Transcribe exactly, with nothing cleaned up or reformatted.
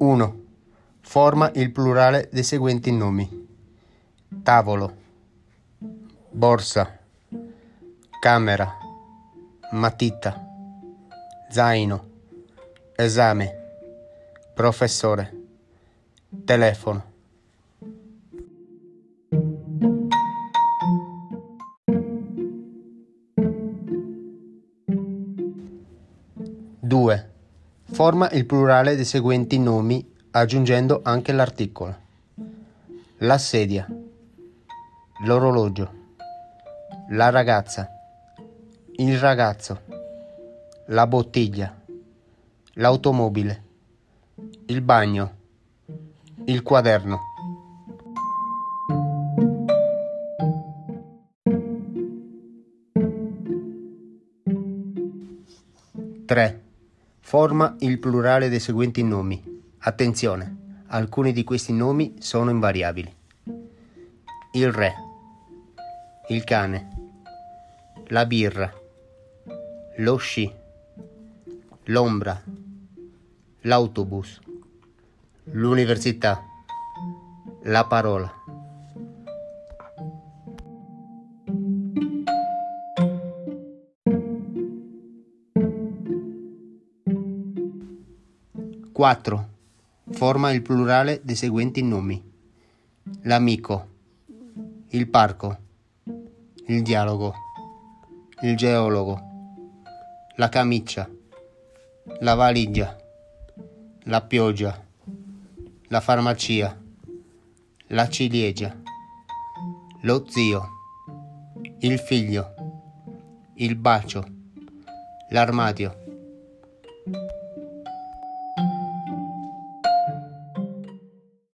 uno. Forma il plurale dei seguenti nomi: tavolo, borsa, camera, matita, zaino, esame, professore, telefono. due. Forma il plurale dei seguenti nomi aggiungendo anche l'articolo: la sedia, l'orologio, la ragazza, il ragazzo, la bottiglia, l'automobile, il bagno, il quaderno. tre. Forma il plurale dei seguenti nomi. Attenzione, alcuni di questi nomi sono invariabili: il re, il cane, la birra, lo sci, l'ombra, l'autobus, l'università, la parola. quattro. Forma il plurale dei seguenti nomi: l'amico, il parco, il dialogo, il geologo, la camicia, la valigia, la pioggia, la farmacia, la ciliegia, lo zio, il figlio, il bacio, l'armadio.